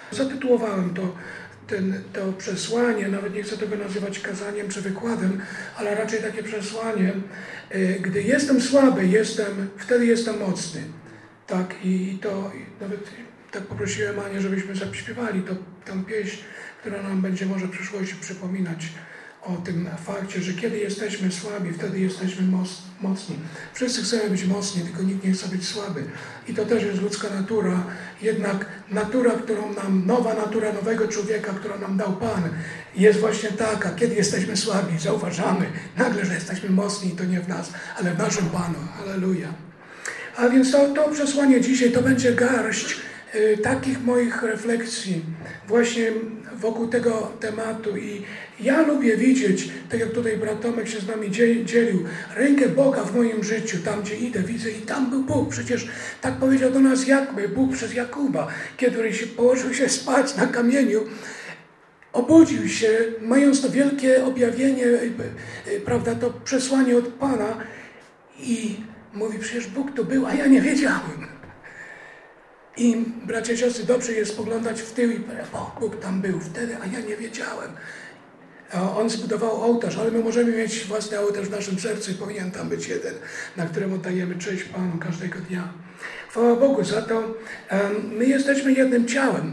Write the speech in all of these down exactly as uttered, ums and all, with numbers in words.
Zatytułowałem to, ten, to przesłanie, nawet nie chcę tego nazywać kazaniem czy wykładem, ale raczej takie przesłanie, gdy jestem słaby, jestem, wtedy jestem mocny. Tak, i to i nawet tak poprosiłem Anię, żebyśmy zaśpiewali to, tę pieśń, która nam będzie może w przyszłości przypominać o tym fakcie, że kiedy jesteśmy słabi, wtedy jesteśmy mocni. Wszyscy chcemy być mocni, tylko nikt nie chce być słaby. I to też jest ludzka natura. Jednak natura, którą nam, nowa natura nowego człowieka, którą nam dał Pan, jest właśnie taka. Kiedy jesteśmy słabi, zauważamy nagle, że jesteśmy mocni i to nie w nas, ale w naszym Panu. Halleluja. A więc to, to przesłanie dzisiaj to będzie garść y, takich moich refleksji właśnie wokół tego tematu. I ja lubię widzieć, tak jak tutaj brat Tomek się z nami dzielił, rękę Boga w moim życiu, tam gdzie idę, widzę i tam był Bóg. Przecież tak powiedział do nas Jakub, Bóg przez Jakuba, kiedy się położył się spać na kamieniu, obudził się, mając to wielkie objawienie, prawda, to przesłanie od Pana i mówi, przecież Bóg tu był, a ja nie wiedziałem. I bracia i siostry, dobrze jest spoglądać w tył i o, Bóg tam był wtedy, a ja nie wiedziałem. On zbudował ołtarz, ale my możemy mieć własny ołtarz w naszym sercu i powinien tam być jeden, na którym oddajemy cześć Panu każdego dnia. Chwała Bogu za to. My jesteśmy jednym ciałem.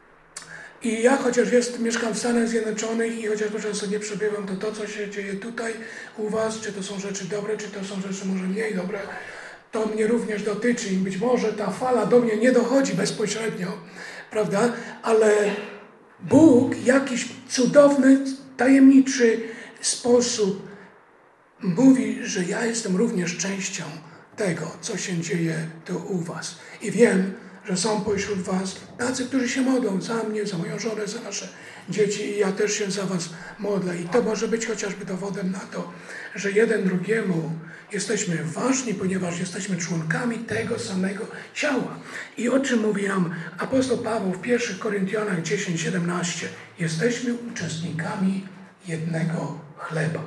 I ja, chociaż jest, mieszkam w Stanach Zjednoczonych i chociaż często nie przebywam, to to, co się dzieje tutaj u was, czy to są rzeczy dobre, czy to są rzeczy może mniej dobre, to mnie również dotyczy i być może ta fala do mnie nie dochodzi bezpośrednio, prawda? Ale Bóg w jakiś cudowny, tajemniczy sposób mówi, że ja jestem również częścią tego, co się dzieje tu u was. I wiem, że są pośród was tacy, którzy się modlą za mnie, za moją żonę, za nasze dzieci i ja też się za was modlę. I to może być chociażby dowodem na to, że jeden drugiemu jesteśmy ważni, ponieważ jesteśmy członkami tego samego ciała. I o czym mówi nam apostoł Paweł w pierwszych Koryntianach dziesięć siedemnaście. Jesteśmy uczestnikami jednego chleba.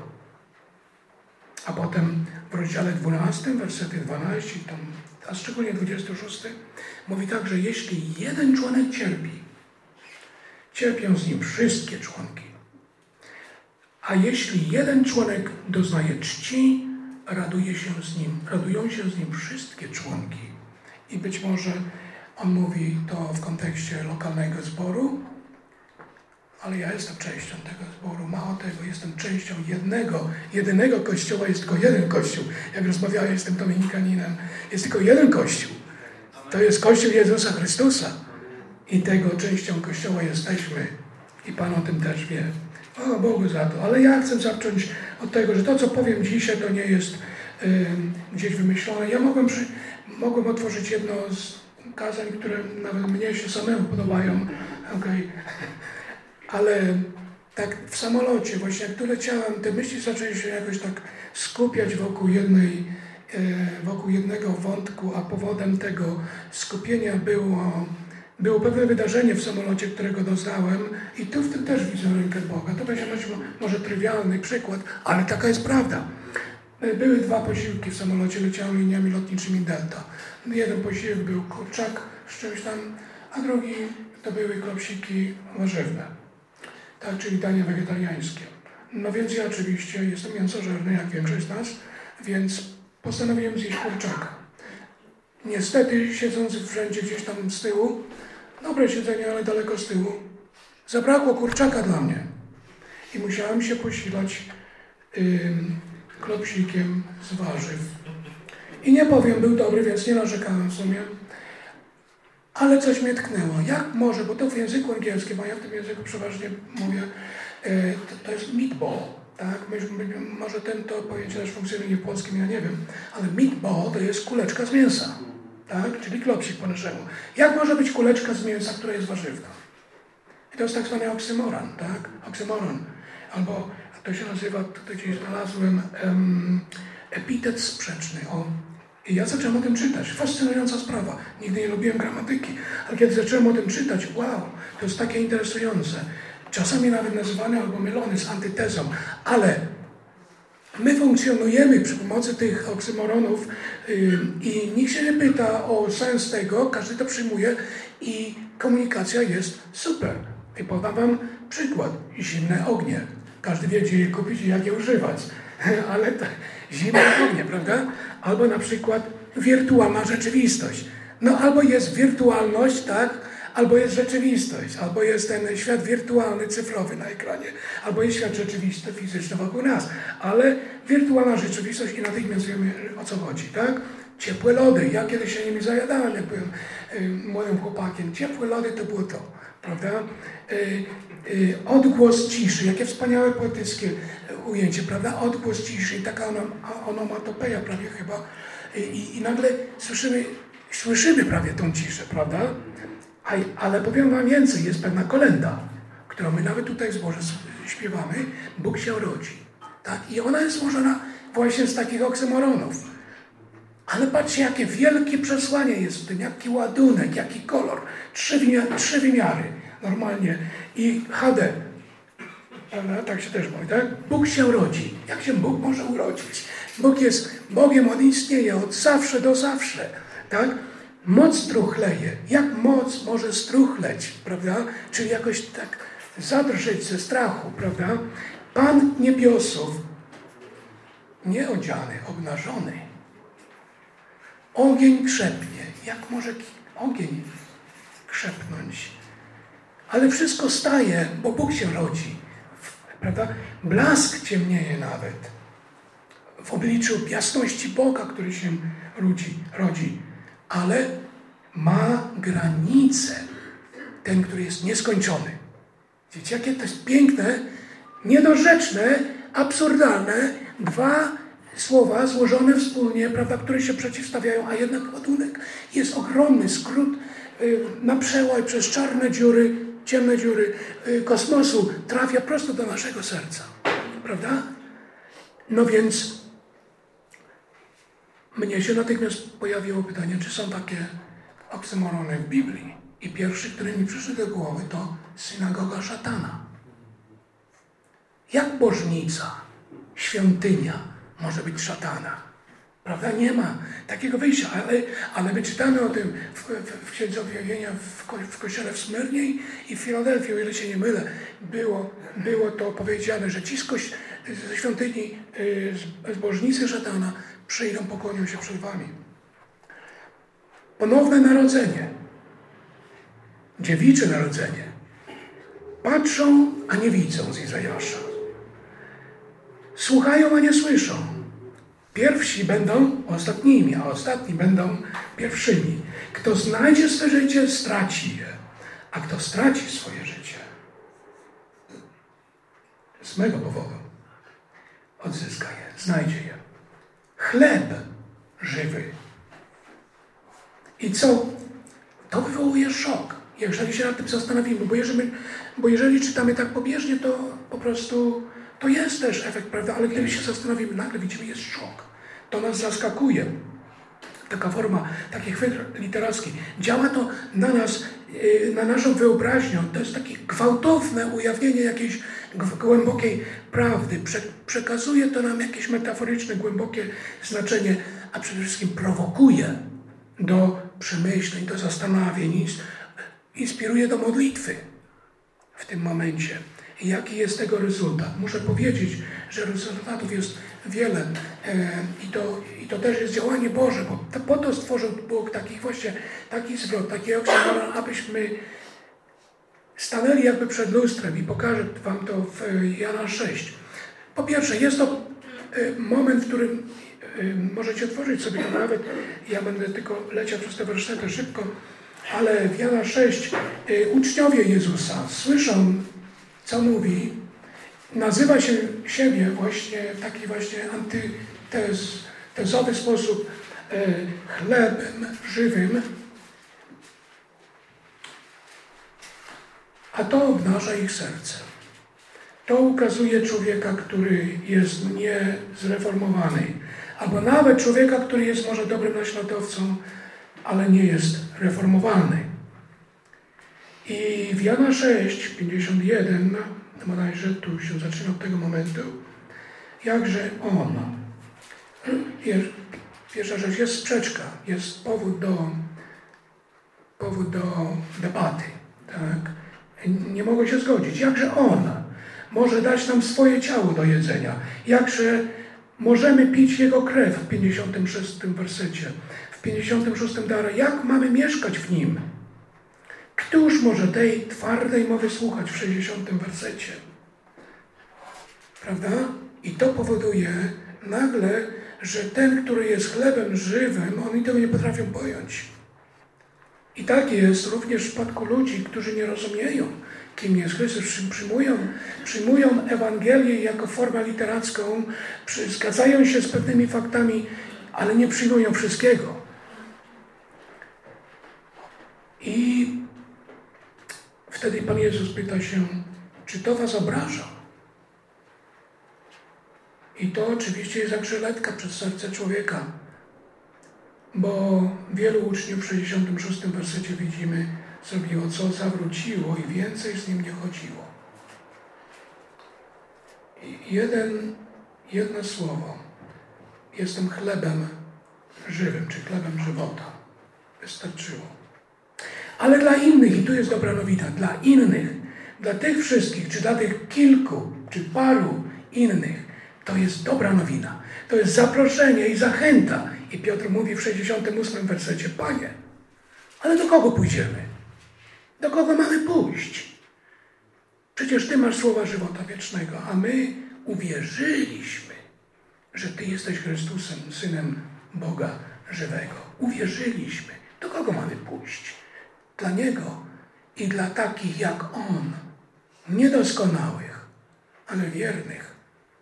A potem w rozdziale dwunastym, wersety dwanaście, tam, a szczególnie dwudziesty szósty, mówi tak, że jeśli jeden członek cierpi, cierpią z nim wszystkie członki. A jeśli jeden członek doznaje czci, raduje się z nim, radują się z nim wszystkie członki. I być może on mówi to w kontekście lokalnego zboru, ale ja jestem częścią tego zboru. Mało tego, jestem częścią jednego, jedynego kościoła. Jest tylko jeden kościół. Jak rozmawiałem z tym dominikaninem, jest tylko jeden kościół. To jest Kościół Jezusa Chrystusa. I tego częścią kościoła jesteśmy. I Pan o tym też wie. O Bogu za to. Ale ja chcę zacząć od tego, że to, co powiem dzisiaj, to nie jest y, gdzieś wymyślone. Ja mogłem, przy, mogłem otworzyć jedno z kazań, które nawet mnie się samemu podobają. Okay. Ale tak w samolocie, właśnie jak tu leciałem, te myśli zaczęły się jakoś tak skupiać wokół jednej, e, wokół jednego wątku, a powodem tego skupienia było, było pewne wydarzenie w samolocie, którego doznałem i tu w tym też widzę rękę Boga. To będzie może trywialny przykład, ale taka jest prawda. Były dwa posiłki w samolocie, leciałem liniami lotniczymi Delta. Jeden posiłek był kurczak z czymś tam, a drugi to były klopsiki warzywne. Tak, czyli danie wegetariańskie. No więc ja oczywiście jestem mięsożerny, jak większość z nas, więc postanowiłem zjeść kurczaka. Niestety, siedząc w rzędzie gdzieś tam z tyłu, dobre siedzenie, ale daleko z tyłu, zabrakło kurczaka dla mnie. I musiałem się posilać ym, klopsikiem z warzyw. I nie powiem, był dobry, więc nie narzekałem w sumie. Ale coś mnie tknęło. Jak może, bo to w języku angielskim, a ja w tym języku przeważnie mówię, to, to jest meatball, tak? Może ten to pojęcie też funkcjonuje w polskim, ja nie wiem, ale meatball to jest kuleczka z mięsa, tak? Czyli klopsik po naszemu. Jak może być kuleczka z mięsa, która jest warzywna? I to jest tak zwany oksymoron, tak? Oksymoron. Albo to się nazywa, tutaj gdzieś znalazłem, um, epitet sprzeczny. O. I ja zacząłem o tym czytać. Fascynująca sprawa. Nigdy nie lubiłem gramatyki. Ale kiedy zacząłem o tym czytać, wow, to jest takie interesujące. Czasami nawet nazywany albo mylony z antytezą. Ale my funkcjonujemy przy pomocy tych oksymoronów yy, i nikt się nie pyta o sens tego, każdy to przyjmuje i komunikacja jest super. I podam wam przykład. Zimne ognie. Każdy wie, gdzie je kupić i jak je używać. Ale to zimne ognie, prawda? Albo na przykład wirtualna rzeczywistość. No albo jest wirtualność, tak? Albo jest rzeczywistość. Albo jest ten świat wirtualny, cyfrowy na ekranie. Albo jest świat rzeczywisty, fizyczny wokół nas. Ale wirtualna rzeczywistość i natychmiast wiemy, o co chodzi, tak? Ciepłe lody. Ja kiedyś się nimi zajadałem, jak byłem y, młodym chłopakiem. Ciepłe lody to było to, prawda? Y, y, odgłos ciszy. Jakie wspaniałe poetyckie ujęcie, prawda? Odgłos ciszy. I taka onom, onomatopeja prawie chyba. I, i, I nagle słyszymy, słyszymy prawie tą ciszę, prawda? A, ale powiem wam więcej. Jest pewna kolenda, którą my nawet tutaj w zborze śpiewamy. Bóg się rodzi. Tak? I ona jest złożona właśnie z takich oksymoronów. Ale patrzcie, jakie wielkie przesłanie jest w tym, jaki ładunek, jaki kolor. Trzy, wymiary, trzy wymiary normalnie. I H D. Prawda? Tak się też mówi, tak? Bóg się rodzi. Jak się Bóg może urodzić? Bóg jest Bogiem, On istnieje od zawsze do zawsze. Tak? Moc truchleje. Jak moc może struchleć, prawda? Czyli jakoś tak zadrżeć ze strachu, prawda? Pan niebiosów, nieodziany, obnażony. Ogień krzepnie. Jak może ogień krzepnąć? Ale wszystko staje, bo Bóg się rodzi. Prawda? Blask ciemnieje nawet. W obliczu jasności Boga, który się rodzi. rodzi. Ale ma granice. Ten, który jest nieskończony. Widzicie, jakie to jest piękne, niedorzeczne, absurdalne. Dwa słowa złożone wspólnie, prawda, które się przeciwstawiają, a jednak ładunek jest ogromny, skrót y, na przełaj przez czarne dziury, ciemne dziury y, kosmosu trafia prosto do naszego serca. Prawda? No więc mnie się natychmiast pojawiło pytanie, czy są takie oksymorony w Biblii. I pierwszy, który mi przyszedł do głowy, to synagoga szatana. Jak bożnica, świątynia może być szatana. Prawda? Nie ma takiego wyjścia, ale, ale my czytamy o tym w, w, w Księdze Objawienia w, ko, w kościele w Smyrnie i w Filadelfii, o ile się nie mylę, było, było to powiedziane, że ci z koś, ze świątyni y, zbożnicy szatana przyjdą, pokłonią się przed wami. Ponowne narodzenie. Dziewicze narodzenie. Patrzą, a nie widzą z Izajasza. Słuchają, a nie słyszą. Pierwsi będą ostatnimi, a ostatni będą pierwszymi. Kto znajdzie swe życie, straci je. A kto straci swoje życie, z mego powodu, odzyska je, znajdzie je. Chleb żywy. I co? To wywołuje szok, jeżeli się nad tym zastanowimy. Bo jeżeli, bo jeżeli czytamy tak pobieżnie, to po prostu to jest też efekt, prawda? Ale kiedy się zastanowimy, nagle widzimy, jest szok. To nas zaskakuje. Taka forma, taki chwyt literacki. Działa to na nas, na naszą wyobraźnię. To jest takie gwałtowne ujawnienie jakiejś głębokiej prawdy. Przekazuje to nam jakieś metaforyczne, głębokie znaczenie, a przede wszystkim prowokuje do przemyśleń, do zastanowień, inspiruje do modlitwy w tym momencie. I jaki jest tego rezultat? Muszę powiedzieć, że rezultatów jest wiele e, i, to, i to też jest działanie Boże, bo to, po to stworzył Bóg taki właśnie, taki zwrot, taki oksymoron, abyśmy stanęli jakby przed lustrem i pokażę wam to w Jana szóstym. Po pierwsze, jest to e, moment, w którym e, możecie otworzyć sobie to nawet, ja będę tylko leciał przez te werszety szybko, ale w Jana szóstym e, uczniowie Jezusa słyszą, co mówi, nazywa się siebie właśnie w taki właśnie antytezowy sposób e, chlebem żywym, a to obnaża ich serce. To ukazuje człowieka, który jest niezreformowany, albo nawet człowieka, który jest może dobrym naśladowcą, ale nie jest reformowany. I w Jana szóstym, pięćdziesiąt jeden, bodajże tu się zaczyna od tego momentu, jakże on, pierwsza rzecz, jest sprzeczka, jest powód do powód do debaty. Tak? Nie mogą się zgodzić. Jakże On może dać nam swoje ciało do jedzenia? Jakże możemy pić Jego krew w pięćdziesiątym szóstym wersecie? W pięćdziesiątym szóstym dalej. Jak mamy mieszkać w Nim? Któż może tej twardej mowy słuchać w sześćdziesiątym wersecie? Prawda? I to powoduje nagle, że ten, który jest chlebem żywym, oni tego nie potrafią pojąć. I tak jest również w przypadku ludzi, którzy nie rozumieją, kim jest Chrystus. Przyjmują, przyjmują Ewangelię jako formę literacką, zgadzają się z pewnymi faktami, ale nie przyjmują wszystkiego. I wtedy Pan Jezus pyta się, czy to was obraża? I to oczywiście jest jak żyletka przez serce człowieka, bo wielu uczniów w sześćdziesiątym szóstym wersecie widzimy, zrobiło co zawróciło i więcej z nim nie chodziło. I jeden, jedno słowo, jestem chlebem żywym, czy chlebem żywota, wystarczyło. Ale dla innych, i tu jest dobra nowina, dla innych, dla tych wszystkich, czy dla tych kilku, czy paru innych, to jest dobra nowina. To jest zaproszenie i zachęta. I Piotr mówi w sześćdziesiątym ósmym wersecie, Panie, ale do kogo pójdziemy? Do kogo mamy pójść? Przecież Ty masz słowa żywota wiecznego, a my uwierzyliśmy, że Ty jesteś Chrystusem, Synem Boga żywego. Uwierzyliśmy. Do kogo mamy pójść? Dla Niego i dla takich jak On. Niedoskonałych, ale wiernych.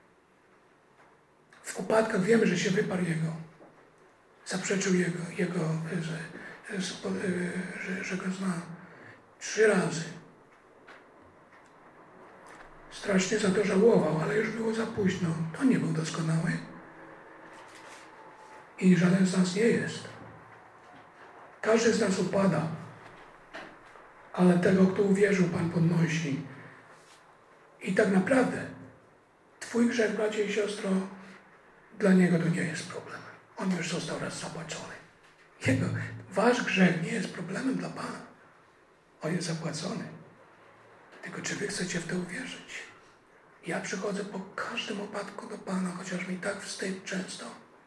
W upadkach wiemy, że się wyparł Jego. Zaprzeczył Jego, jego że, że, że Go zna. Trzy razy. Strasznie za to żałował, ale już było za późno. To nie był doskonały. I żaden z nas nie jest. Każdy z nas upada. Ale tego, kto uwierzył, Pan podnosi. I tak naprawdę Twój grzech, bracie i siostro, dla Niego to nie jest problem. On już został raz zapłacony. Jego, wasz grzech nie jest problemem dla Pana. On jest zapłacony. Tylko czy wy chcecie w to uwierzyć? Ja przychodzę po każdym upadku do Pana, chociaż mi tak wstyd często.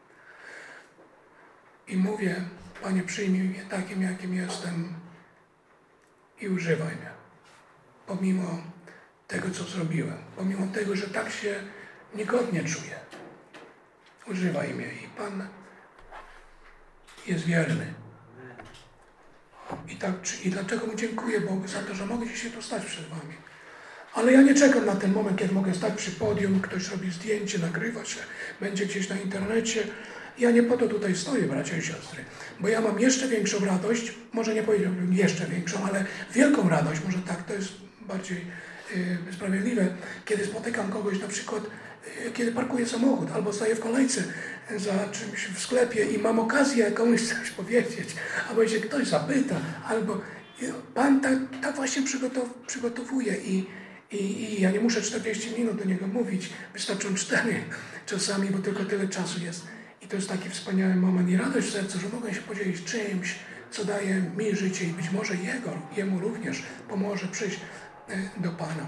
I mówię, Panie, przyjmij mnie takim, jakim jestem i używaj mnie. Pomimo tego, co zrobiłem. Pomimo tego, że tak się niegodnie czuję. Używaj mnie. I Pan jest wierny. I, tak, I dlaczego Mu dziękuję Bogu za to, że mogę dzisiaj tu stać przed Wami. Ale ja nie czekam na ten moment, kiedy mogę stać przy podium, ktoś robi zdjęcie, nagrywa się, będzie gdzieś na internecie. Ja nie po to tutaj stoję, bracia i siostry, bo ja mam jeszcze większą radość, może nie powiedziałbym jeszcze większą, ale wielką radość, może tak, to jest bardziej yy, sprawiedliwe, kiedy spotykam kogoś na przykład, yy, kiedy parkuję samochód albo stoję w kolejce za czymś w sklepie i mam okazję komuś coś powiedzieć, albo się ktoś zapyta, albo Pan tak, tak właśnie przygotow, przygotowuje i, i, i ja nie muszę czterdzieści minut do Niego mówić, wystarczą cztery czasami, bo tylko tyle czasu jest. I to jest taki wspaniały moment i radość w sercu, że mogę się podzielić czymś, co daje mi życie i być może Jego, Jemu również pomoże przyjść do Pana.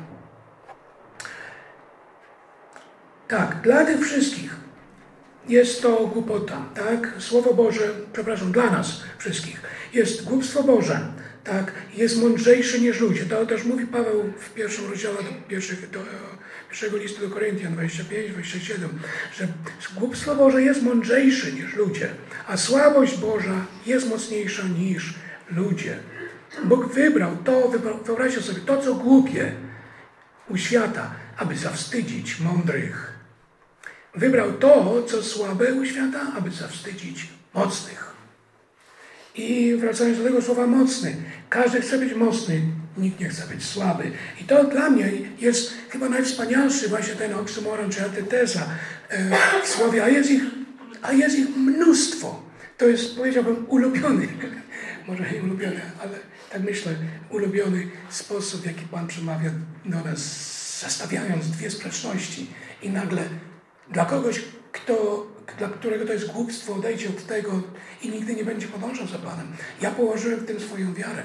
Tak, dla tych wszystkich jest to głupota, tak? Słowo Boże, przepraszam, dla nas wszystkich jest głupstwo Boże, tak? Jest mądrzejszy niż ludzie. To też mówi Paweł w pierwszym rozdziale do, pierwszych, do pierwszego listu do Koryntian dwadzieścia pięć dwadzieścia siedem, że głupstwo Boże jest mądrzejsze niż ludzie, a słabość Boża jest mocniejsza niż ludzie. Bóg wybrał to, wybrał, wyobraźcie sobie, to co głupie u świata, aby zawstydzić mądrych. Wybrał to, co słabe u świata, aby zawstydzić mocnych. I wracając do tego słowa mocny, każdy chce być mocny, nikt nie chce być słaby. I to dla mnie jest chyba najwspanialszy właśnie ten oksymoron czy antyteza w słowie, a jest ich, a jest ich mnóstwo. To jest, powiedziałbym, ulubiony, może nie ulubiony, ale tak myślę, ulubiony sposób, w jaki Pan przemawia do nas, zestawiając dwie sprzeczności i nagle dla kogoś, kto, dla którego to jest głupstwo, odejdzie od tego i nigdy nie będzie podążał za Panem. Ja położyłem w tym swoją wiarę.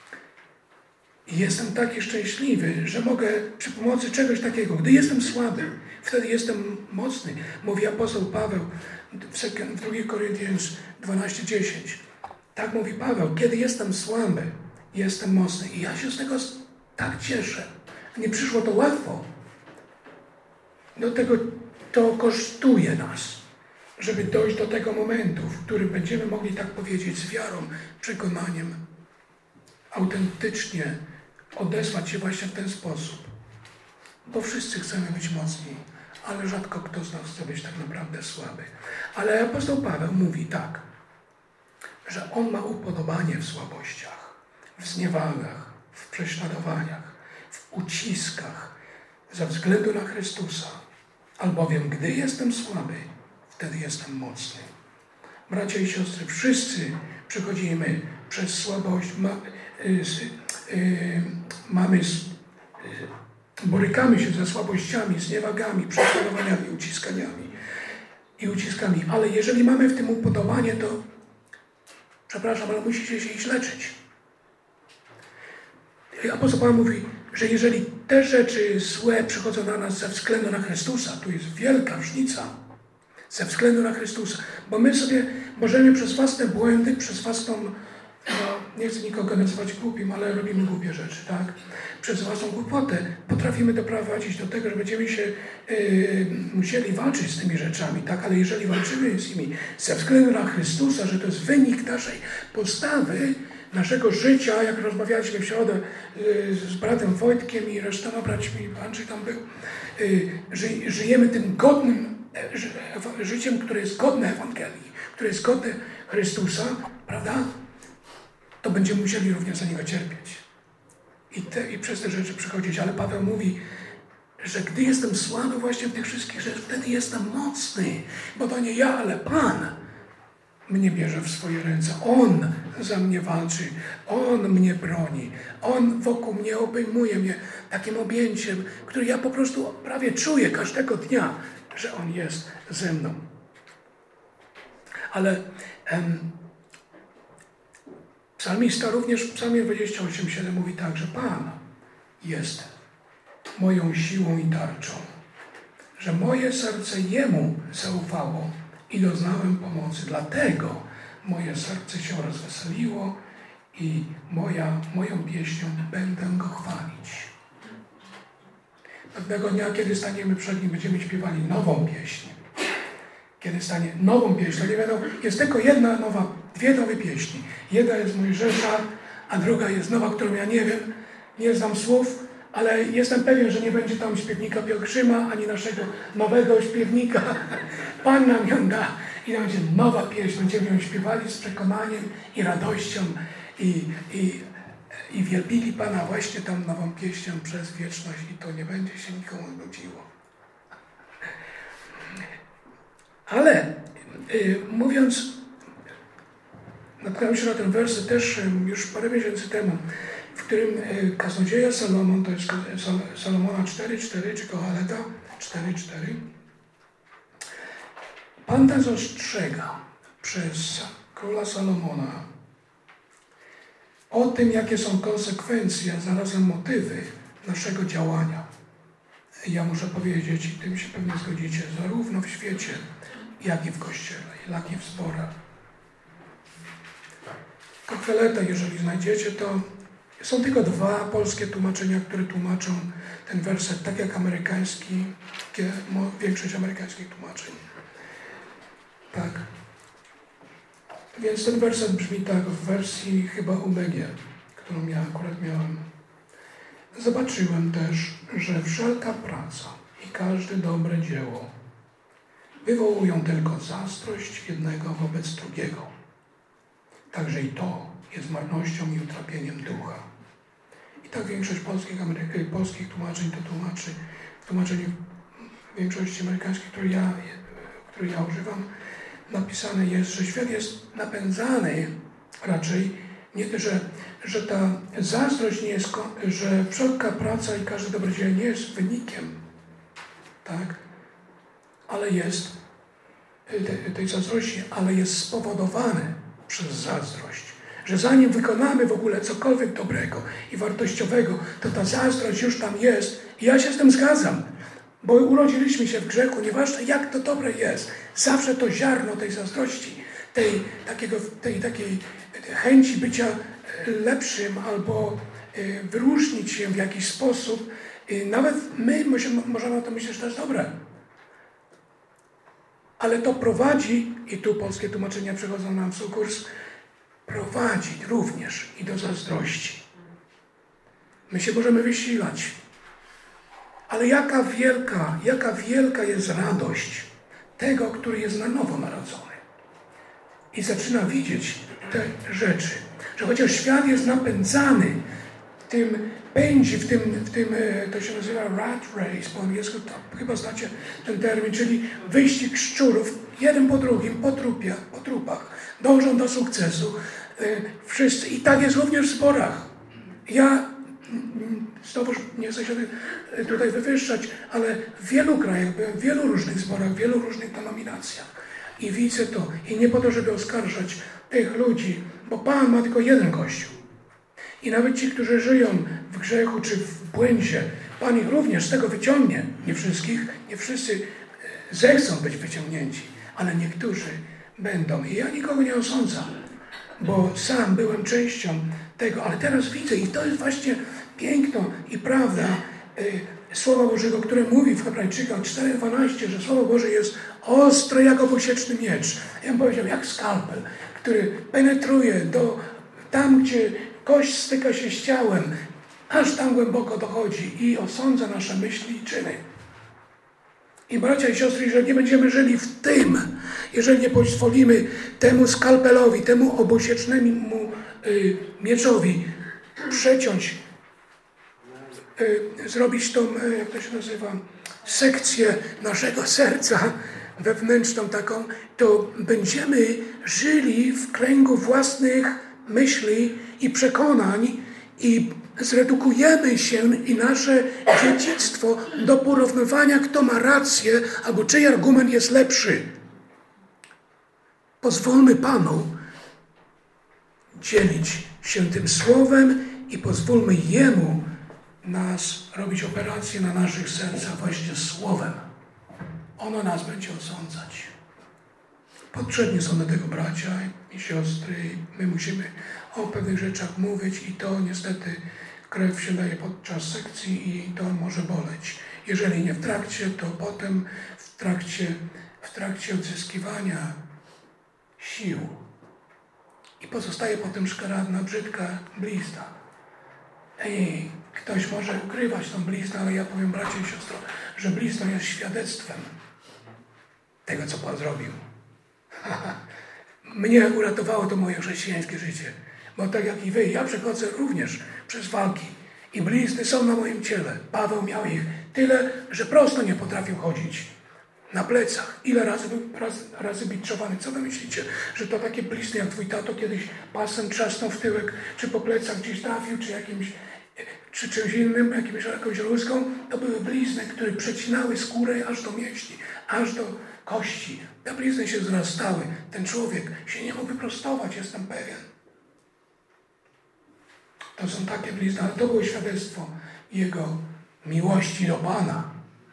I jestem taki szczęśliwy, że mogę przy pomocy czegoś takiego, gdy jestem słaby, wtedy jestem mocny. Mówi apostoł Paweł w drugiej Koryntians dwanaście dziesięć. Tak mówi Paweł, kiedy jestem słaby, jestem mocny. I ja się z tego tak cieszę. Nie przyszło to łatwo. Do tego to kosztuje nas, żeby dojść do tego momentu, w którym będziemy mogli tak powiedzieć z wiarą, przekonaniem, autentycznie odezwać się właśnie w ten sposób. Bo wszyscy chcemy być mocni, ale rzadko kto z nas chce być tak naprawdę słaby. Ale apostoł Paweł mówi tak, że on ma upodobanie w słabościach, w zniewagach, w prześladowaniach, w uciskach ze względu na Chrystusa. Albowiem, gdy jestem słaby, wtedy jestem mocny. Bracia i siostry, wszyscy przechodzimy przez słabość, ma, y, y, mamy, y, borykamy się ze słabościami, zniewagami, prześladowaniami, uciskaniami i uciskami. Ale jeżeli mamy w tym upodobanie, to przepraszam, ale musicie się iść leczyć. Apostoł Paweł mówi, że jeżeli te rzeczy złe przychodzą na nas ze względu na Chrystusa, tu jest wielka różnica, ze względu na Chrystusa, bo my sobie możemy przez własne błędy, przez własną, no, nie chcę nikogo nazywać głupim, ale robimy głupie rzeczy, tak? Przez własną głupotę potrafimy doprowadzić do tego, że będziemy się yy, musieli walczyć z tymi rzeczami, tak? Ale jeżeli walczymy z nimi ze względu na Chrystusa, że to jest wynik naszej postawy, naszego życia, jak rozmawialiśmy w środę yy, z bratem Wojtkiem i resztoma braćmi, Andrzej tam był, yy, ży, żyjemy tym godnym ży, życiem, które jest godne Ewangelii, które jest godne Chrystusa, prawda? To będziemy musieli również za Niego cierpieć. I, te, I przez te rzeczy przychodzić. Ale Paweł mówi, że gdy jestem słaby właśnie w tych wszystkich rzeczach, wtedy jestem mocny. Bo to nie ja, ale Pan mnie bierze w swoje ręce. On za mnie walczy. On mnie broni. On wokół mnie obejmuje mnie takim objęciem, który ja po prostu prawie czuję każdego dnia, że On jest ze mną. Ale em, psalmista również w psalmie dwudziestym ósmym siedem mówi tak, że Pan jest moją siłą i tarczą, że moje serce Jemu zaufało i doznałem pomocy. Dlatego moje serce się rozweseliło i moja, moją pieśnią będę Go chwalić. Pewnego dnia, kiedy staniemy przed Nim, będziemy śpiewali nową pieśń. Kiedy stanie nową pieśń, to nie wiadomo, jest tylko jedna nowa, dwie nowe pieśni. Jedna jest Mojżesza, a druga jest nowa, którą ja nie wiem, nie znam słów, ale jestem pewien, że nie będzie tam śpiewnika pielgrzyma, ani naszego nowego śpiewnika. Pan nam ją da i nam będzie nowa pieśń. Będziemy ją śpiewali z przekonaniem i radością i, i, i wielbili Pana właśnie tą nową pieśnią przez wieczność i to nie będzie się nikomu nudziło. Ale y, mówiąc, natknąłem się na ten werset też y, już parę miesięcy temu, w którym y, kaznodzieja Salomon, to jest Sal, Salomona cztery cztery, czy Koheleta cztery cztery, Pan nas ostrzega przez króla Salomona o tym, jakie są konsekwencje, a zarazem motywy naszego działania. Ja muszę powiedzieć, i tym się pewnie zgodzicie, zarówno w świecie, jak i w Kościele, jak i w zborach. Koheleta, jeżeli znajdziecie, to są tylko dwa polskie tłumaczenia, które tłumaczą ten werset tak jak amerykański, większość amerykańskich tłumaczeń. Tak. Więc ten werset brzmi tak w wersji chyba U B G, którą ja akurat miałem. Zobaczyłem też, że wszelka praca i każde dobre dzieło wywołują tylko zazdrość jednego wobec drugiego. Także i to jest marnością i utrapieniem ducha. I tak większość polskich, Ameryk- polskich tłumaczeń to tłumaczy. W tłumaczeniu większości amerykańskiej, które ja, które ja używam, napisane jest, że świat jest napędzany raczej, nie, że, że ta zazdrość nie jest, że wszelka praca i każde dobre dzieło nie jest wynikiem, tak? Ale jest tej, tej zazdrości, ale jest spowodowane przez zazdrość. Że zanim wykonamy w ogóle cokolwiek dobrego i wartościowego, to ta zazdrość już tam jest i ja się z tym zgadzam. Bo urodziliśmy się w grzechu, nieważne jak to dobre jest, zawsze to ziarno tej zazdrości, tej, takiego, tej takiej chęci bycia lepszym albo wyróżnić się w jakiś sposób, nawet my możemy, możemy to myśleć, że to jest dobre. Ale to prowadzi, i tu polskie tłumaczenia przychodzą nam w sukurs, prowadzi również i do zazdrości. My się możemy wysilać. Ale jaka wielka, jaka wielka jest radość tego, który jest na nowo narodzony. I zaczyna widzieć te rzeczy. Że chociaż świat jest napędzany tym, pędzi w tym, w tym, to się nazywa rat race po angielsku, to chyba znacie ten termin, czyli wyścig szczurów, jeden po drugim, po, trupia, po trupach, dążą do sukcesu. Wszyscy. I tak jest również w zborach. Ja znowu nie chcę się tutaj wywyższać, ale w wielu krajach byłem, w wielu różnych zborach, w wielu różnych denominacjach. I widzę to. I nie po to, żeby oskarżać tych ludzi, bo Pan ma tylko jeden Kościół. I nawet ci, którzy żyją w grzechu czy w błędzie, Pan ich również z tego wyciągnie. Nie wszystkich, nie wszyscy zechcą być wyciągnięci, ale niektórzy będą. I ja nikogo nie osądzam, bo sam byłem częścią tego, ale teraz widzę i to jest właśnie piękno i prawda y, Słowa Bożego, które mówi w Hebrajczykach cztery dwanaście, że Słowo Boże jest ostre jak obosieczny miecz. Ja bym powiedział, jak skalpel, który penetruje do tam, gdzie kość styka się z ciałem, aż tam głęboko dochodzi i osądza nasze myśli i czyny. I bracia i siostry, jeżeli nie będziemy żyli w tym, jeżeli nie pozwolimy temu skalpelowi, temu obosiecznemu y, mieczowi przeciąć, y, zrobić tą, y, jak to się nazywa, sekcję naszego serca wewnętrzną taką, to będziemy żyli w kręgu własnych myśli i przekonań i zredukujemy się i nasze dziedzictwo do porównywania, kto ma rację albo czyj argument jest lepszy. Pozwólmy Panu dzielić się tym słowem i pozwólmy Jemu nas robić operację na naszych sercach właśnie słowem. Ono nas będzie osądzać. Potrzebni są do tego bracia i siostry. My musimy o pewnych rzeczach mówić i to niestety krew się daje podczas sekcji i to może boleć. Jeżeli nie w trakcie, to potem w trakcie, w trakcie odzyskiwania sił. I pozostaje potem szkaradna, brzydka blizna. Ej, ktoś może ukrywać tą bliznę, ale ja powiem bracie i siostro, że blizna jest świadectwem tego, co Pan zrobił. Mnie uratowało to moje chrześcijańskie życie. Bo tak jak i wy, ja przechodzę również przez walki. I blizny są na moim ciele. Paweł miał ich tyle, że prosto nie potrafił chodzić. Na plecach. Ile razy był raz, razy biczowany. Co wy myślicie? Że to takie blizny, jak twój tato kiedyś pasem trzasnął w tyłek, czy po plecach gdzieś trafił, czy jakimś, czy czymś innym, jakimś, jakąś rózgą. To były blizny, które przecinały skórę aż do mięśni, aż do kości. Te blizny się wzrastały. Ten człowiek się nie mógł wyprostować, jestem pewien. To są takie blizny, ale to było świadectwo Jego miłości do Pana.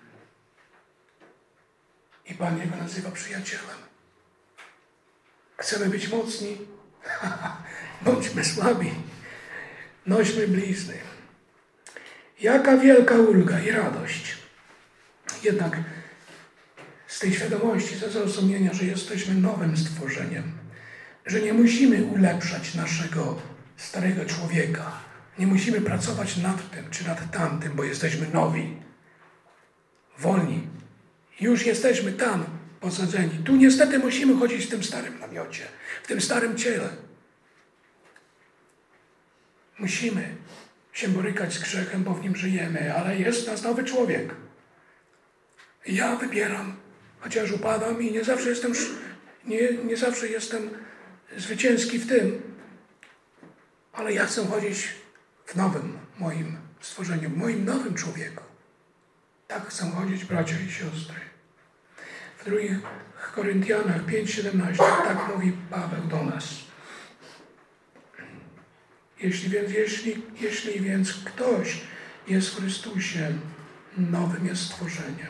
I Pan Jego nazywa przyjacielem. Chcemy być mocni? Bądźmy słabi. Nośmy blizny. Jaka wielka ulga i radość. Jednak z tej świadomości, ze zrozumienia, że jesteśmy nowym stworzeniem, że nie musimy ulepszać naszego starego człowieka. Nie musimy pracować nad tym czy nad tamtym, bo jesteśmy nowi, wolni. Już jesteśmy tam posadzeni. Tu niestety musimy chodzić w tym starym namiocie, w tym starym ciele. Musimy się borykać z grzechem, bo w nim żyjemy, ale jest nas nowy człowiek. Ja wybieram, chociaż upadam i nie zawsze jestem, nie, nie zawsze jestem zwycięski w tym, ale ja chcę chodzić w nowym moim stworzeniu, w moim nowym człowieku. Tak chcę chodzić, bracia i siostry. W W drugich Koryntianach pięć siedemnaście tak mówi Paweł do nas. Jeśli więc, jeśli, jeśli więc ktoś jest w Chrystusie, nowym jest stworzeniem.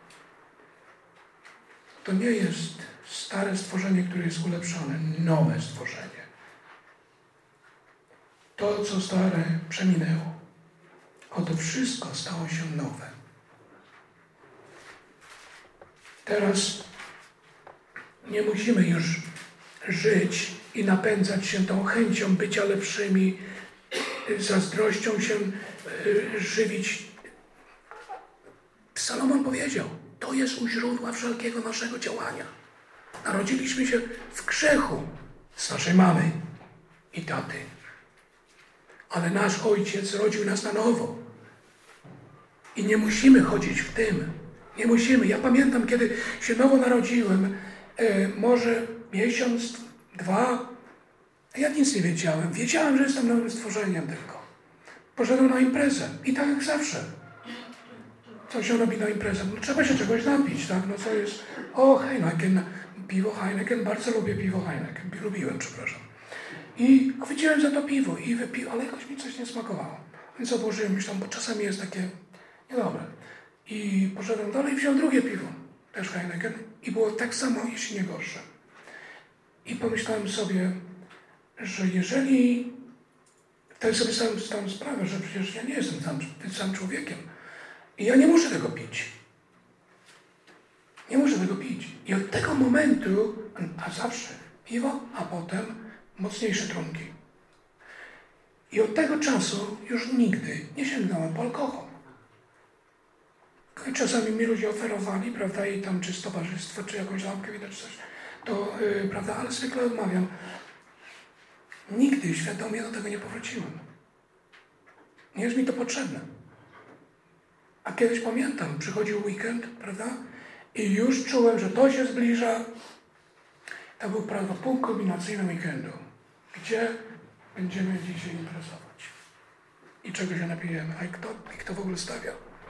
To nie jest stare stworzenie, które jest ulepszone, nowe stworzenie. To, co stare, przeminęło. Oto wszystko stało się nowe. Teraz nie musimy już żyć i napędzać się tą chęcią bycia lepszymi, zazdrością się żywić. Salomon powiedział, to jest u źródła wszelkiego naszego działania. Narodziliśmy się w grzechu z naszej mamy i taty. Ale nasz ojciec rodził nas na nowo. I nie musimy chodzić w tym. Nie musimy. Ja pamiętam, kiedy się nowo narodziłem, e, może miesiąc, dwa, ja nic nie wiedziałem. Wiedziałem, że jestem nowym stworzeniem tylko. Poszedłem na imprezę i tak jak zawsze. Co się robi na imprezę? No, trzeba się czegoś napić, tak? No co jest? O, Heineken, piwo Heineken, bardzo lubię piwo Heineken. Lubiłem, przepraszam. I chwyciłem za to piwo i wypiłem, ale jakoś mi coś nie smakowało. Więc odłożyłem, myślałem, bo czasami jest takie niedobre. I poszedłem dalej i wziąłem drugie piwo, też Heineken, i było tak samo, jeśli nie gorsze. I pomyślałem sobie, że jeżeli... Wtedy sobie stałem, stałem sprawę, że przecież ja nie jestem sam, sam człowiekiem. I ja nie muszę tego pić. Nie muszę tego pić. I od tego momentu, a zawsze piwo, a potem mocniejsze trunki. I od tego czasu już nigdy nie sięgnąłem po alkohol. I czasami mi ludzie oferowali, prawda, i tam czy z towarzystwa, czy jakąś lampkę widać coś, to, yy, prawda, ale zwykle odmawiam. Nigdy świadomie do tego nie powróciłem. Nie jest mi to potrzebne. A kiedyś pamiętam, przychodził weekend, prawda, i już czułem, że to się zbliża. To był, prawda, punkt kulminacyjny weekendu, gdzie będziemy dzisiaj imprezować. I czego się napijemy. A i kto, i kto w ogóle stawia?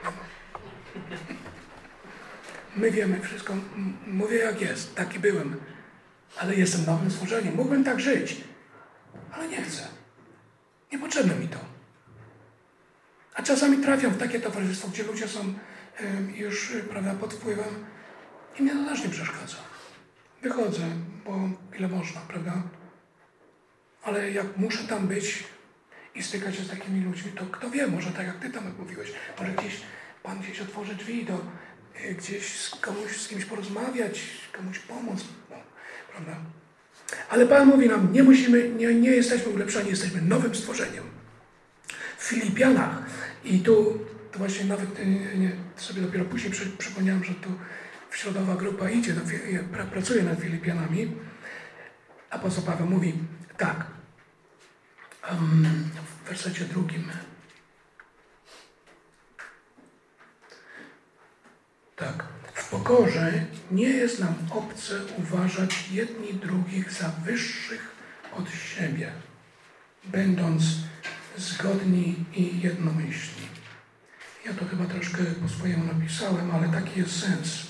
My wiemy wszystko. M- mówię jak jest. Taki byłem. Ale jestem nowym stworzeniem. Mógłbym tak żyć. Ale nie chcę. Niepotrzebne mi to. A czasami trafiam w takie towarzystwo, gdzie ludzie są y, już, prawda, pod wpływem i mnie to też nie przeszkadza. Wychodzę, bo ile można, prawda? Ale jak muszę tam być i stykać się z takimi ludźmi, to kto wie, może tak jak ty tam mówiłeś, może gdzieś Pan gdzieś otworzy drzwi do y, gdzieś z komuś, z kimś porozmawiać, komuś pomóc, no, prawda? Ale Pan mówi nam, nie musimy, nie, nie jesteśmy ulepszani, jesteśmy nowym stworzeniem. W Filipianach, i tu to właśnie nawet y, nie, sobie dopiero później przy, przypomniałem, że tu środowa grupa idzie, do, pra, pracuje nad Filipianami. Apostoł Paweł mówi tak, um, w wersecie drugim. Tak. W pokorze nie jest nam obce uważać jedni drugich za wyższych od siebie, będąc zgodni i jednomyślni. Ja to chyba troszkę po swojemu napisałem, ale taki jest sens.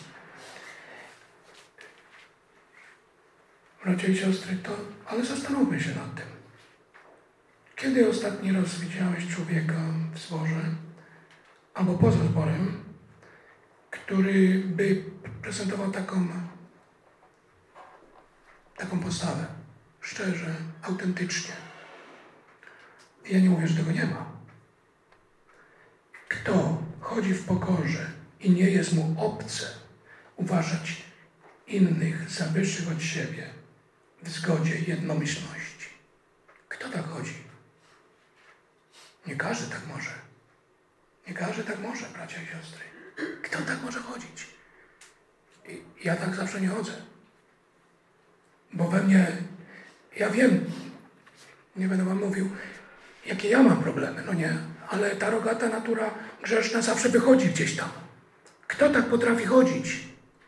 Bracia i siostry, to, ale zastanówmy się nad tym. Kiedy ostatni raz widziałeś człowieka w zborze albo poza zborem, który by prezentował taką, taką postawę, szczerze, autentycznie? Ja nie mówię, że tego nie ma. Kto chodzi w pokorze i nie jest mu obce uważać innych za wyższych od siebie w zgodzie i jednomyślności? Kto tak chodzi? Nie każdy tak może. Nie każdy tak może, bracia i siostry. Kto tak może chodzić? I ja tak zawsze nie chodzę. Bo we mnie, ja wiem, nie będę wam mówił, jakie ja mam problemy, no nie, ale ta rogata natura grzeszna zawsze wychodzi gdzieś tam. Kto tak potrafi chodzić,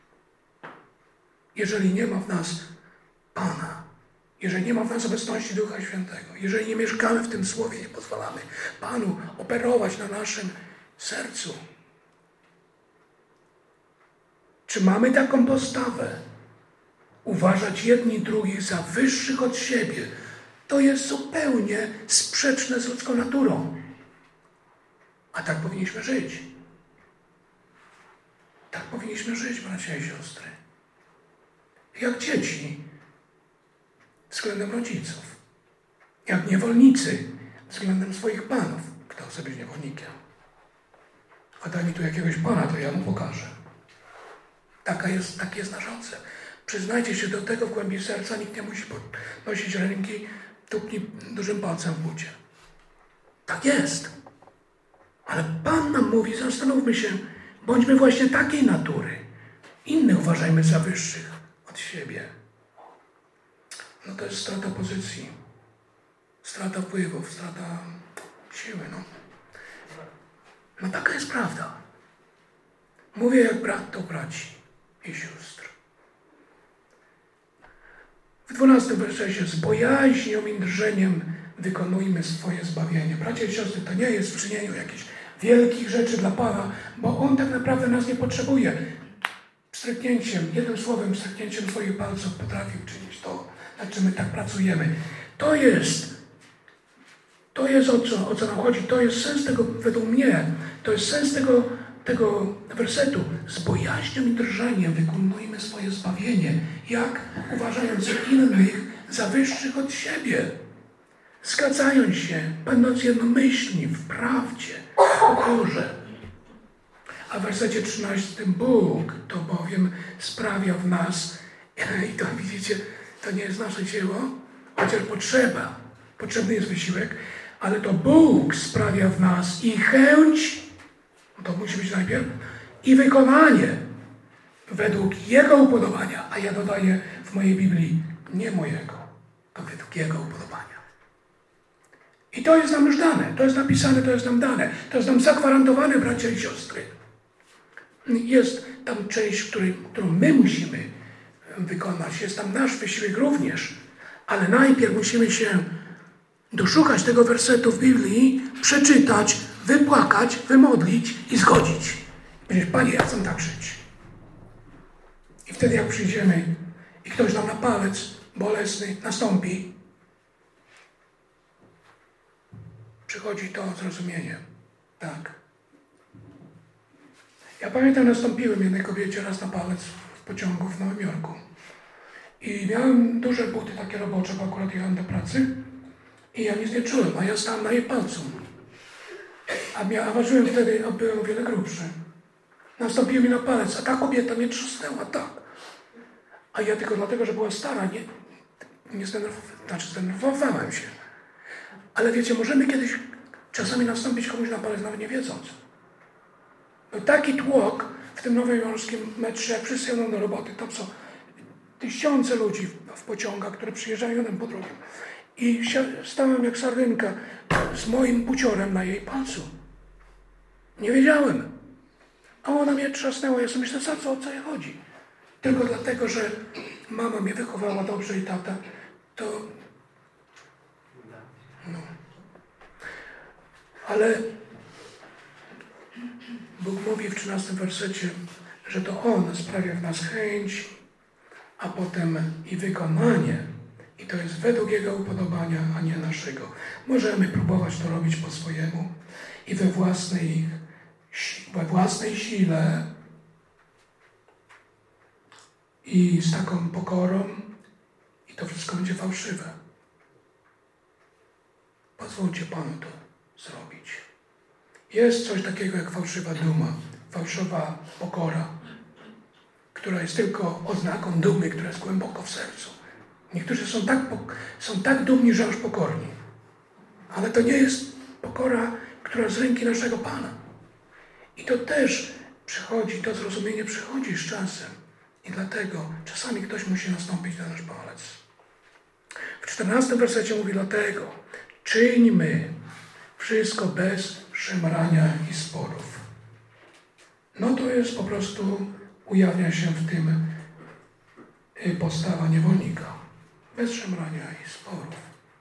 jeżeli nie ma w nas Pana, jeżeli nie ma w nas obecności Ducha Świętego, jeżeli nie mieszkamy w tym Słowie, nie pozwalamy Panu operować na naszym sercu? Czy mamy taką postawę? Uważać jedni drugich za wyższych od siebie. To jest zupełnie sprzeczne z ludzką naturą. A tak powinniśmy żyć. Tak powinniśmy żyć, bracia i siostry. Jak dzieci względem rodziców. Jak niewolnicy względem swoich panów. Kto chce być niewolnikiem? A daj mi tu jakiegoś pana, to ja mu pokażę. Taka jest, taki jest nasz ojciec. Przyznajcie się do tego w głębi serca, nikt nie musi podnosić ręki, tupnij dużym palcem w bucie. Tak jest. Ale Pan nam mówi, zastanówmy się, bądźmy właśnie takiej natury. Innych uważajmy za wyższych od siebie. No to jest strata pozycji, strata wpływów, strata siły. No, no taka jest prawda. Mówię jak brat do braci i sióstr. W dwunastym wersecie z bojaźnią i drżeniem wykonujmy swoje zbawienie. Bracia i siostry, to nie jest w czynieniu jakichś wielkich rzeczy dla Pana, bo On tak naprawdę nas nie potrzebuje. Pstryknięciem, jednym słowem, pstryknięciem swoich palców potrafił czynić to, nad czym my tak pracujemy. To jest, to jest o co, o co nam chodzi, to jest sens tego, według mnie, to jest sens tego, tego wersetu. Z bojaźnią i drżeniem wykonujmy swoje zbawienie. Jak? Uważając innych za wyższych od siebie. Zgadzając się, będąc jednomyślni w prawdzie, w pokorze. A w wersecie trzynastym Bóg to bowiem sprawia w nas, i to widzicie, to nie jest nasze dzieło, chociaż potrzeba, potrzebny jest wysiłek, ale to Bóg sprawia w nas i chęć, to musi być najpierw, i wykonanie według Jego upodobania, a ja dodaję w mojej Biblii nie mojego, to według Jego upodobania. I to jest nam już dane, to jest napisane, to jest nam dane, to jest nam zagwarantowane, bracia i siostry. Jest tam część, której, którą my musimy wykonać, jest tam nasz wysiłek również, ale najpierw musimy się doszukać tego wersetu w Biblii, przeczytać, wypłakać, wymodlić i zgodzić. Powiedzieć, Panie, ja chcę tak żyć. I wtedy jak przyjdziemy i ktoś nam na palec bolesny nastąpi, przychodzi to zrozumienie. Tak. Ja pamiętam, nastąpiłem jednej kobiecie raz na palec w pociągu w Nowym Jorku. I miałem duże buty takie robocze, bo akurat jechałem do pracy. I ja nic nie czułem, a ja stałem na jej palcu. A, mia, a ważyłem wtedy, a byłem o wiele grubszy. Nastąpił mi na palec, a ta kobieta mnie trzasnęła, tak. A ja tylko dlatego, że była stara, nie, nie zdenerwowałem, znaczy zdenerwowałem się. Ale wiecie, możemy kiedyś czasami nastąpić komuś na palec, nawet nie wiedząc. No taki tłok w tym nowojorkskim metrze, jak wszyscy jadą do roboty, to co? Tysiące ludzi w, w pociągach, które przyjeżdżają jeden po drugim. I stałem jak sardynka z moim buciorem na jej palcu. Nie wiedziałem. A ona mnie trzasnęła. Ja sobie myślę, za co, o co jej chodzi? Tylko dlatego, że mama mnie wychowała dobrze i tata, to... No. Ale Bóg mówi w trzynastym wersecie, że to On sprawia w nas chęć, a potem i wykonanie. I to jest według Jego upodobania, a nie naszego. Możemy próbować to robić po swojemu i we własnej, we własnej sile i z taką pokorą i to wszystko będzie fałszywe. Pozwólcie Panu to zrobić. Jest coś takiego jak fałszywa duma, fałszywa pokora, która jest tylko oznaką dumy, która jest głęboko w sercu. Niektórzy są tak, są tak dumni, że aż pokorni. Ale to nie jest pokora, która z ręki naszego Pana. I to też przychodzi, to zrozumienie przychodzi z czasem. I dlatego czasami ktoś musi nastąpić na nasz palec. W czternastym wersecie mówi dlatego, czyńmy wszystko bez szemrania i sporów. No to jest po prostu, ujawnia się w tym postawa niewolnika. Bez szemrania i sporów.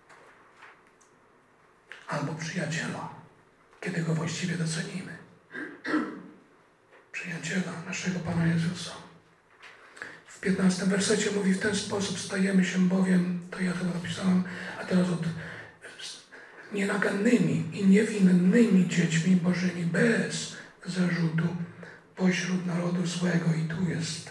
Albo przyjaciela, kiedy go właściwie docenimy. Przyjaciela naszego Pana Jezusa. w piętnastym wersecie mówi w ten sposób: stajemy się bowiem, to ja chyba napisałem, a teraz od nienagannymi i niewinnymi dziećmi Bożymi bez zarzutu pośród narodu złego. I tu jest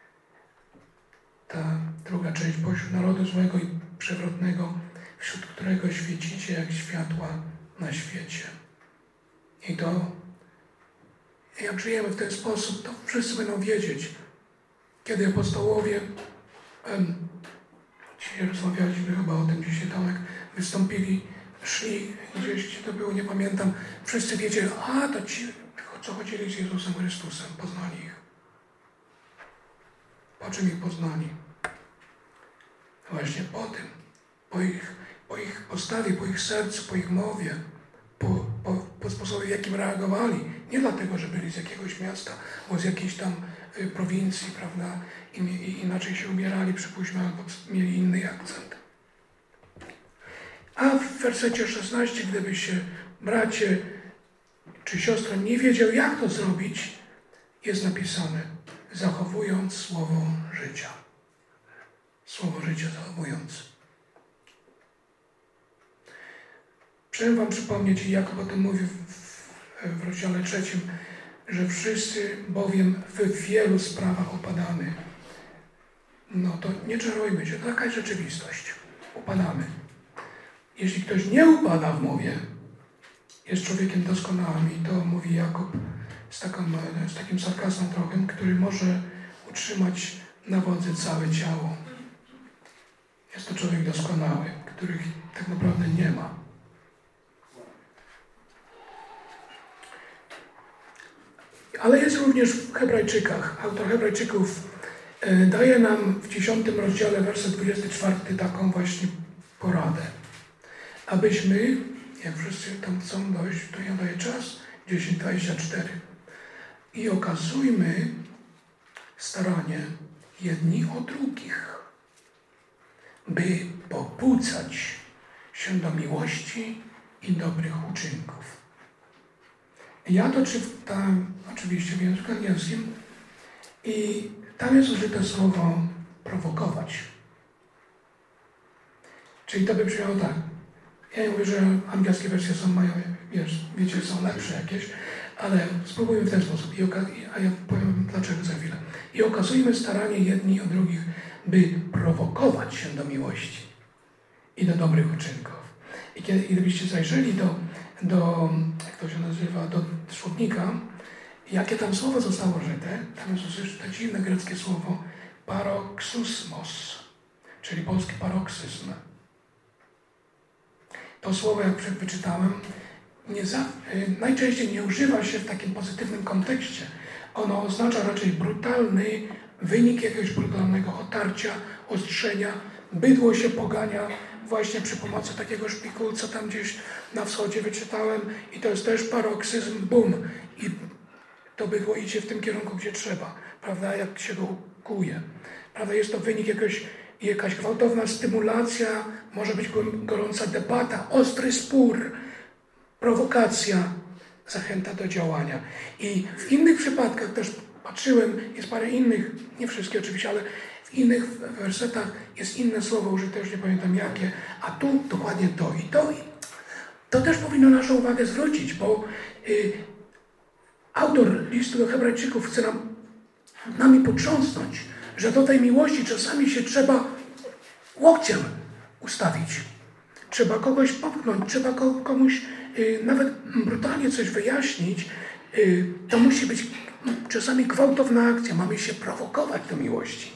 ta druga część: pośród narodu złego i przewrotnego, wśród którego świecicie jak światła na świecie. I to, jak żyjemy w ten sposób, to wszyscy będą wiedzieć. Kiedy apostołowie, um, dzisiaj rozmawialiśmy chyba o tym, dzisiaj tam jak wystąpili, szli gdzieś, gdzie to było, nie pamiętam, wszyscy wiedzieli, a to ci, o co chodzili z Jezusem Chrystusem, poznali ich. Po czym ich poznali? Właśnie po tym, po ich, po ich postawie, po ich sercu, po ich mowie, po, po, po sposobie, w jakim reagowali. Nie dlatego, że byli z jakiegoś miasta, bo z jakiejś tam y, prowincji, prawda, i, i inaczej się ubierali, przypuśćmy, albo mieli inny akcent. A w wersecie szesnastym, gdyby się bracie czy siostra nie wiedział, jak to zrobić, jest napisane: zachowując słowo życia. Słowo życia zachowując. Chciałem wam przypomnieć, i Jakub o tym mówi w, w, w rozdziale trzecim, że wszyscy bowiem w wielu sprawach upadamy. No to nie czarujmy się, to taka jest rzeczywistość. Upadamy. Jeśli ktoś nie upada w mowie, jest człowiekiem doskonałym, i to mówi Jakub z, taką, z takim sarkazmem trochę, który może utrzymać na wodzy całe ciało. Jest to człowiek doskonały, których tak naprawdę nie ma. Ale jest również w Hebrajczykach. Autor Hebrajczyków daje nam w dziesiątym rozdziale, werset dwudziesty czwarty, taką właśnie poradę. Abyśmy, jak wszyscy tam chcą dojść, to ja daję czas, dziesięć dwadzieścia cztery. I okazujmy staranie jedni o drugich, by pobudzać się do miłości i dobrych uczynków. Ja to czytam oczywiście w języku angielskim i tam jest użyte słowo prowokować. Czyli to by brzmiało tak. Ja nie mówię, że angielskie wersje są, mają, wiesz, wiecie, są lepsze jakieś, ale spróbujmy w ten sposób, I a ja powiem dlaczego za chwilę. I okazujmy staranie jedni o drugich, by prowokować się do miłości i do dobrych uczynków. I kiedy, gdybyście zajrzeli do, do, jak to się nazywa, do słownika, jakie tam słowo zostało użyte, tam jest użyte dziwne greckie słowo paroxysmos, czyli polski paroksyzm. To słowo, jak wyczytałem, nie za, najczęściej nie używa się w takim pozytywnym kontekście. Ono oznacza raczej brutalny wynik jakiegoś brutalnego otarcia, ostrzenia. Bydło się pogania właśnie przy pomocy takiego szpikulca tam gdzieś na wschodzie wyczytałem i to jest też paroksyzm, bum. I to bydło idzie w tym kierunku, gdzie trzeba, prawda, jak się go kuje. Prawda, jest to wynik jakiegoś, jakaś gwałtowna stymulacja, może być gorąca debata, ostry spór, prowokacja, zachęta do działania. I w innych przypadkach też patrzyłem, jest parę innych, nie wszystkie oczywiście, ale w innych wersetach jest inne słowo użyte, już nie pamiętam jakie, a tu dokładnie to i to. I to też powinno naszą uwagę zwrócić, bo y, autor listu do Hebrajczyków chce nam, nami potrząsnąć, że do tej miłości czasami się trzeba łokciem ustawić. Trzeba kogoś popchnąć, trzeba komuś y, nawet brutalnie coś wyjaśnić. Y, to musi być czasami gwałtowna akcja. Mamy się prowokować do miłości.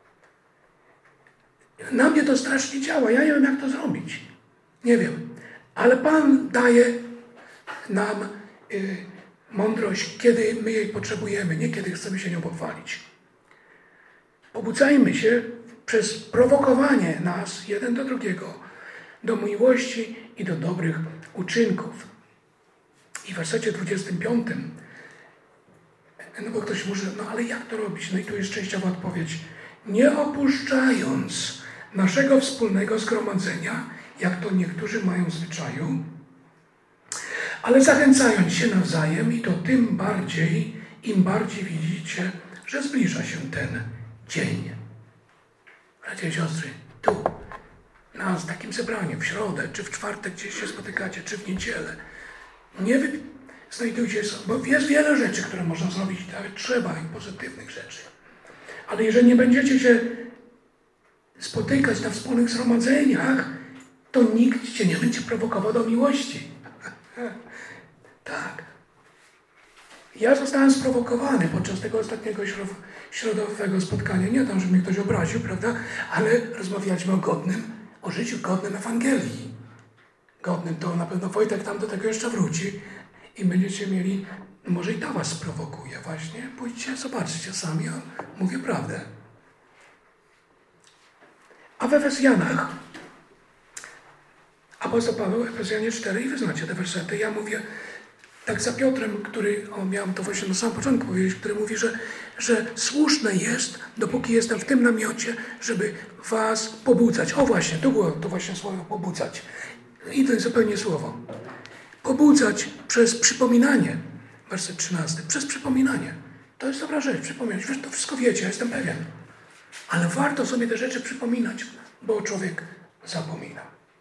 Na mnie to strasznie działa. Ja nie wiem, jak to zrobić. Nie wiem. Ale Pan daje nam y, mądrość, kiedy my jej potrzebujemy, nie kiedy chcemy się nią pochwalić. Pobudzajmy się przez prowokowanie nas jeden do drugiego do miłości i do dobrych uczynków. I w wersecie dwudziestym piątym, no bo ktoś może, no ale jak to robić? No i tu jest częściowa odpowiedź. Nie opuszczając naszego wspólnego zgromadzenia, jak to niektórzy mają w zwyczaju, ale zachęcając się nawzajem i to tym bardziej, im bardziej widzicie, że zbliża się ten dzień. Bracia i siostry, tu, na takim zebraniu, w środę, czy w czwartek gdzieś się spotykacie, czy w niedzielę. Nie wy... znajdujcie sobie, bo jest wiele rzeczy, które można zrobić, nawet trzeba i pozytywnych rzeczy. Ale jeżeli nie będziecie się spotykać na wspólnych zgromadzeniach, to nikt cię nie będzie prowokował do miłości. Tak. Ja zostałem sprowokowany podczas tego ostatniego środowego spotkania. Nie tam, że mnie ktoś obraził, prawda? Ale rozmawialiśmy o godnym, o życiu godnym Ewangelii. Godnym, to na pewno Wojtek tam do tego jeszcze wróci i będziecie mieli, może i to was sprowokuje właśnie. Pójdźcie, zobaczcie sami, ja mówię prawdę. A w Efezjanach, apostoł Paweł, Efezjanie cztery, i wy znacie te wersety, ja mówię tak za Piotrem, który, o miałem to właśnie na samym początku powiedzieć, który mówi, że, że słuszne jest, dopóki jestem w tym namiocie, żeby was pobudzać. O właśnie, to było to właśnie słowo pobudzać. I to jest zupełnie słowo. Pobudzać przez przypominanie. Werset trzynasty. Przez przypominanie. To jest dobra rzecz, przypominać. Wiesz, to wszystko wiecie, ja jestem pewien. Ale warto sobie te rzeczy przypominać, bo człowiek zapomina.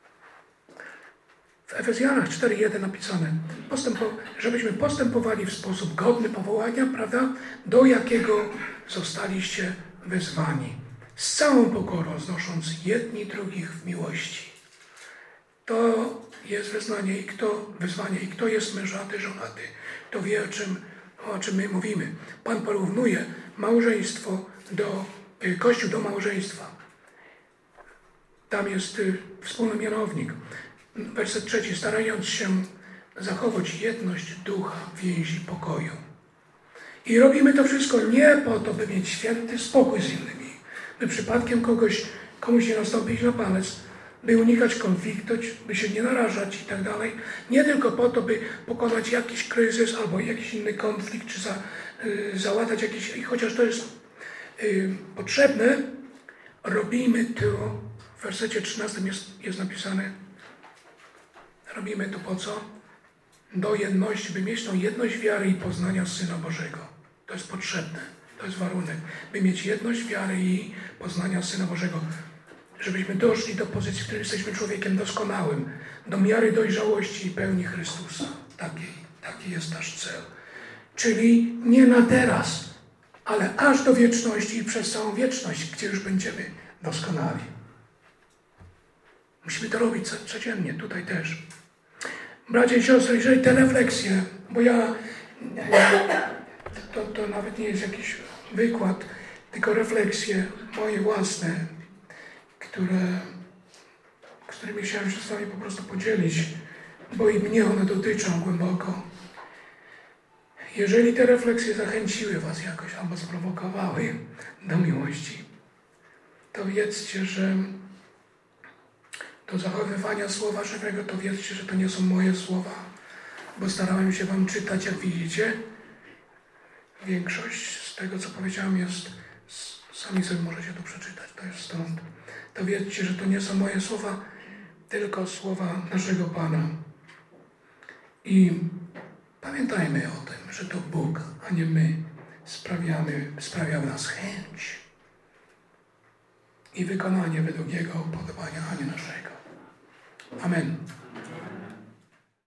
W Efezjanach cztery jeden napisane, postępo, żebyśmy postępowali w sposób godny powołania, prawda, do jakiego zostaliście wezwani. Z całą pokorą znosząc jedni drugich w miłości. To jest wyznanie i kto, wyzwanie i kto jest mężaty, żonaty, to wie, o czym, o czym my mówimy. Pan porównuje małżeństwo do, Kościół do małżeństwa. Tam jest wspólny mianownik. Werset trzeci. Starając się zachować jedność ducha, więzi, pokoju. I robimy to wszystko nie po to, by mieć święty spokój z innymi, by przypadkiem kogoś, komuś nie nastąpić na palec, by unikać konfliktu, by się nie narażać i tak dalej. Nie tylko po to, by pokonać jakiś kryzys albo jakiś inny konflikt, czy za, y, załatać jakiś, i chociaż to jest y, potrzebne, robimy to, w wersecie trzynastym jest, jest napisane, robimy to po co? Do jedności, by mieć tą jedność wiary i poznania Syna Bożego. To jest potrzebne, to jest warunek, by mieć jedność wiary i poznania Syna Bożego. Żebyśmy doszli do pozycji, w której jesteśmy człowiekiem doskonałym, do miary dojrzałości i pełni Chrystusa. Taki, taki jest nasz cel. Czyli nie na teraz, ale aż do wieczności i przez całą wieczność, gdzie już będziemy doskonali. Musimy to robić codziennie, tutaj też. Bracia i siostry, jeżeli te refleksje, bo ja, to, to nawet nie jest jakiś wykład, tylko refleksje moje własne, które, z którymi chciałem się z wami po prostu podzielić, bo i mnie one dotyczą głęboko. Jeżeli te refleksje zachęciły was jakoś albo sprowokowały do miłości, to wiedzcie, że do zachowywania Słowa Żywego, to wiedzcie, że to nie są moje słowa, bo starałem się wam czytać, jak widzicie. Większość z tego, co powiedziałem, jest, sami sobie możecie to przeczytać, to jest stąd. To wiedzcie, że to nie są moje słowa, tylko słowa naszego Pana. I pamiętajmy o tym, że to Bóg, a nie my sprawiamy, sprawia w nas chęć i wykonanie według Jego upodobania, a nie naszego. Amen.